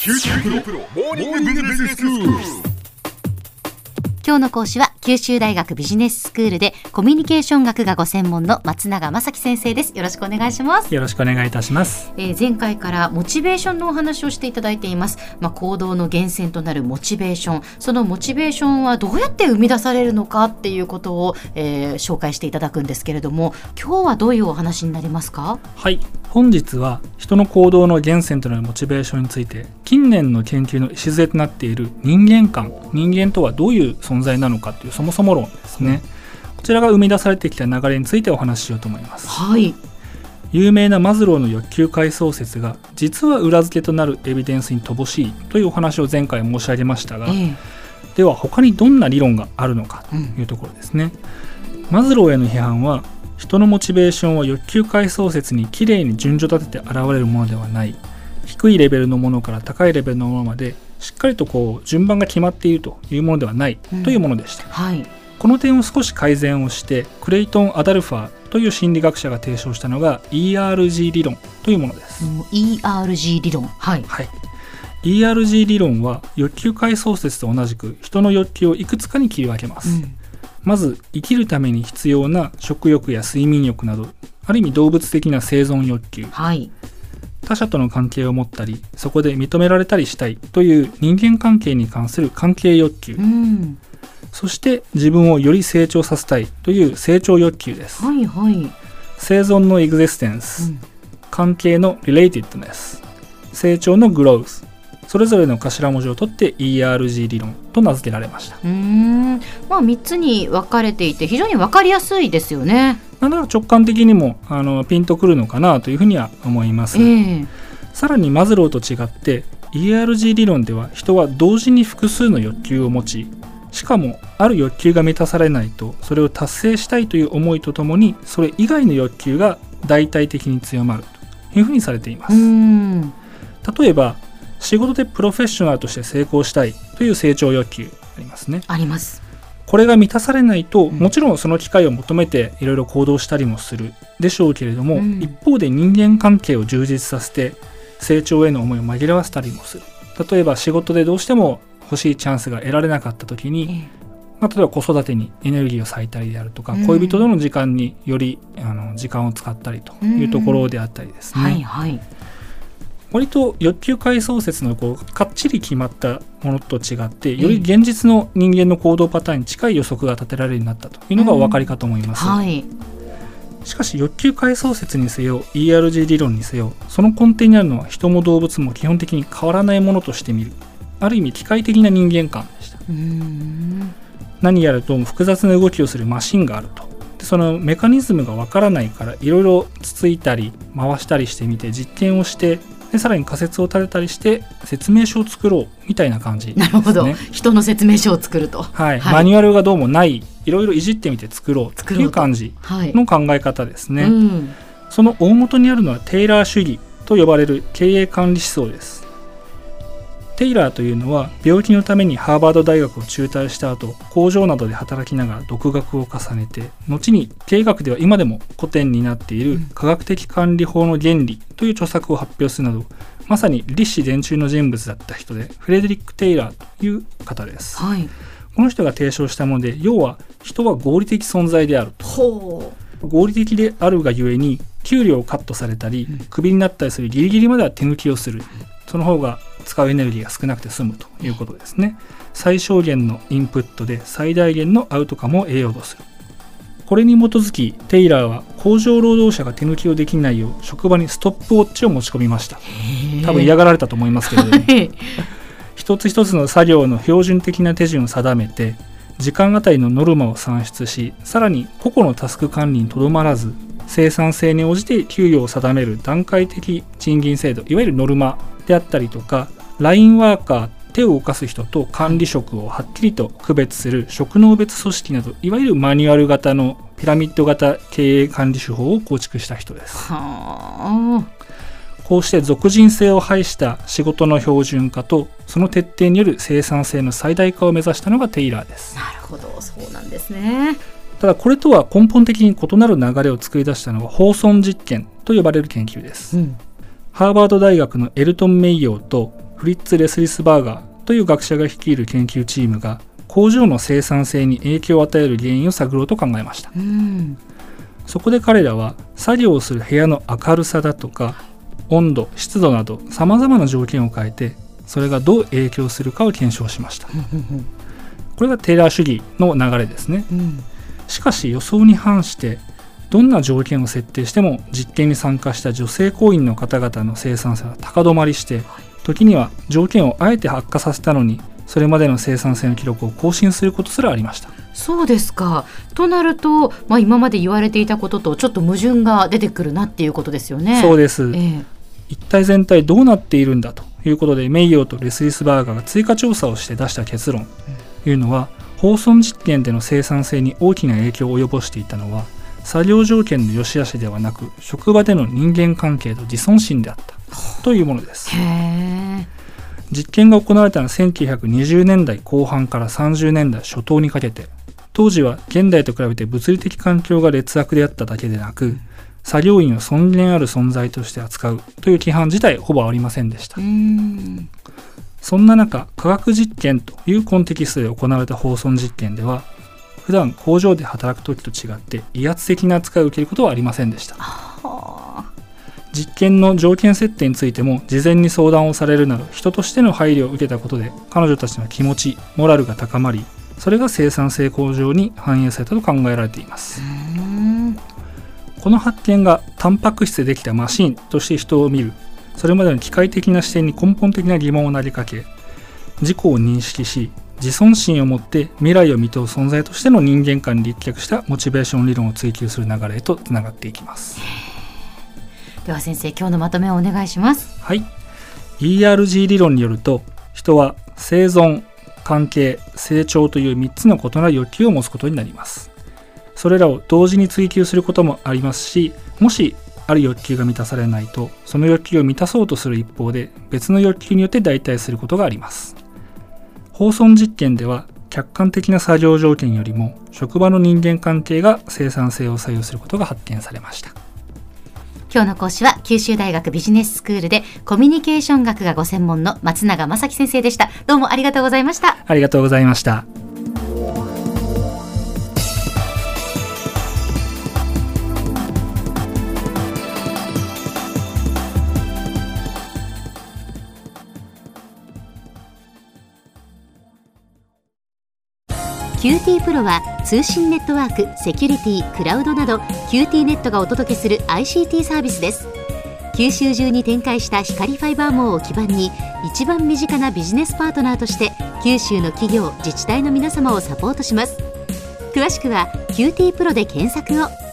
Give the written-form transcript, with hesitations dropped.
九州大学モーニングビジネススクール。 今日の講師は九州大学ビジネススクールでコミュニケーション学がご専門の松永正樹先生です。よろしくお願いします。 よろしくお願いいたします。 前回からモチベーションのお話をしていただいています。行動の源泉となるモチベーション、そのモチベーションはどうやって生み出されるのかっていうことを、紹介していただくんですけれども、今日はどういうお話になりますか？ はい、本日は人の行動の源泉となるモチベーションについて、近年の研究の礎となっている人間観、人間とはどういう存在なのかというそもそも論ですね、こちらが生み出されてきた流れについてお話ししようと思います。 はい。 有名なマズローの欲求階層説が実は裏付けとなるエビデンスに乏しいというお話を前回申し上げましたが、では他にどんな理論があるのかというところですね。マズローへの批判は、人のモチベーションは欲求階層説にきれいに順序立てて現れるものではない、低いレベルのものから高いレベルのものまでしっかりと順番が決まっているというものではないというものでした、 はい。 この点を少し改善をして、クレイトン・アダルファーという心理学者が提唱したのが ERG 理論というものです。 ERG 理論、はい、 はい。ERG 理論は欲求階層説と同じく人の欲求をいくつかに切り分けます、まず生きるために必要な食欲や睡眠欲など、ある意味動物的な生存欲求、 はい、 他者との関係を持ったり、そこで認められたりしたいという人間関係に関する関係欲求、そして自分をより成長させたいという成長欲求です、 はいはい、 生存のエグゼステンス、関係のリレイティッドネス、成長のグロース、それぞれの頭文字を取って ERG 理論と名付けられました。 3つに分かれていて非常に分かりやすいですよね。 だから直感的にもピンとくるのかなというふうには思います、さらにマズローと違って ERG 理論では、人は同時に複数の欲求を持ち、しかもある欲求が満たされないとそれを達成したいという思いとともに、それ以外の欲求が大体的に強まるというふうにされています。例えば仕事でプロフェッショナルとして成功したいという成長欲求ありますね。 あります。 これが満たされないと、もちろんその機会を求めていろいろ行動したりもするでしょうけれども、一方で人間関係を充実させて成長への思いを紛らわせたりもする。例えば仕事でどうしても欲しいチャンスが得られなかった時に、例えば子育てにエネルギーを割いたりであるとか、恋人との時間により時間を使ったりというところであったりですね、 はいはい、 割と欲求階層説のかっちり決まったものと違って、より現実の人間の行動パターンに近い予測が立てられるようになったというのがお分かりかと思います、 はい、 しかし欲求階層説にせよ ERG 理論にせよ、その根底にあるのは人も動物も基本的に変わらないものとして見る、ある意味機械的な人間観でした。何やらとも複雑な動きをするマシンがあると。でそのメカニズムがわからないから、いろいろつついたり回したりしてみて実験をして、でさらに仮説を立てたりして説明書を作ろうみたいな感じですね。 なるほど、人の説明書を作ると、 はいはい、マニュアルがどうもない、いろいろいじってみて作ろうという感じの考え方ですね、その大元にあるのはテイラー主義と呼ばれる経営管理思想です。テイラーというのは病気のためにハーバード大学を中退した後、工場などで働きながら独学を重ねて、後に経営学では今でも古典になっている科学的管理法の原理という著作を発表するなど、まさに立志伝中の人物だった人で、フレデリック・テイラーという方です、はい、この人が提唱したもので、要は人は合理的存在であると。合理的であるがゆえに給料をカットされたり、クビになったりするギリギリまでは手抜きをする、その方が使うエネルギーが少なくて済むということですね。最小限のインプットで最大限のアウトカムを得ようとする。これに基づきテイラーは工場労働者が手抜きをできないよう職場にストップウォッチを持ち込みました。多分嫌がられたと思いますけれども、一つ一つの作業の標準的な手順を定めて、時間あたりのノルマを算出し、さらに個々のタスク管理にとどまらず、生産性に応じて給与を定める段階的賃金制度、いわゆるノルマであったりとか、ラインワーカー、手を動かす人と管理職をはっきりと区別する職能別組織など、いわゆるマニュアル型のピラミッド型経営管理手法を構築した人です。こうして属人性を排した仕事の標準化と、その徹底による生産性の最大化を目指したのがテイラーです。 なるほど、そうなんですね。 ただこれとは根本的に異なる流れを作り出したのがホーソン実験と呼ばれる研究です、ハーバード大学のエルトン・メイヨーとフリッツ・レスリスバーガーという学者が率いる研究チームが工場の生産性に影響を与える原因を探ろうと考えました。そこで彼らは作業をする部屋の明るさだとか温度、湿度などさまざまな条件を変えて、それがどう影響するかを検証しました。これがテイラー主義の流れですね。しかし予想に反してどんな条件を設定しても実験に参加した女性工員の方々の生産性は高止まりして、時には条件をあえて悪化させたのにそれまでの生産性の記録を更新することすらありました。 そうですか。となると、今まで言われていたこととちょっと矛盾が出てくるなっていうことですよね。 そうです、一体全体どうなっているんだということで、メイヨーとレスリスバーガーが追加調査をして出した結論というのは、包装実験での生産性に大きな影響を及ぼしていたのは作業条件の良し悪しではなく、職場での人間関係と自尊心であったというものです。実験が行われたのは1920年代後半から30年代初頭にかけて、当時は現代と比べて物理的環境が劣悪であっただけでなく、作業員を尊厳ある存在として扱うという規範自体ほぼありませんでした。そんな中、科学実験というコンテキストで行われた包装実験では、普段工場で働く時と違って威圧的な扱いを受けることはありませんでした。実験の条件設定についても事前に相談をされるなど、人としての配慮を受けたことで彼女たちの気持ち、モラルが高まり、それが生産性向上に反映されたと考えられています。この発見がタンパク質でできたマシンとして人を見る、それまでの機械的な視点に根本的な疑問を投げかけ、自己を認識し自尊心を持って未来を見通す存在としての人間観に立脚したモチベーション理論を追求する流れへとつながっていきます。 では先生、今日のまとめをお願いします。 はい、ERG 理論によると、人は生存、関係、成長という3つの異なる欲求を持つことになります。それらを同時に追求することもありますし、もしある欲求が満たされないと、その欲求を満たそうとする一方で別の欲求によって代替することがあります。包装実験では客観的な作業条件よりも職場の人間関係が生産性を左右することが発見されました。 今日の講師は九州大学ビジネススクールでコミュニケーション学がご専門の松永正樹先生でした。どうもありがとうございました。 ありがとうございました。 QT プロは通信ネットワーク、セキュリティ、クラウドなど QT ネットがお届けする ICT サービスです。九州中に展開した光ファイバー網を基盤に、一番身近なビジネスパートナーとして九州の企業、自治体の皆様をサポートします。詳しくは QT プロで検索を。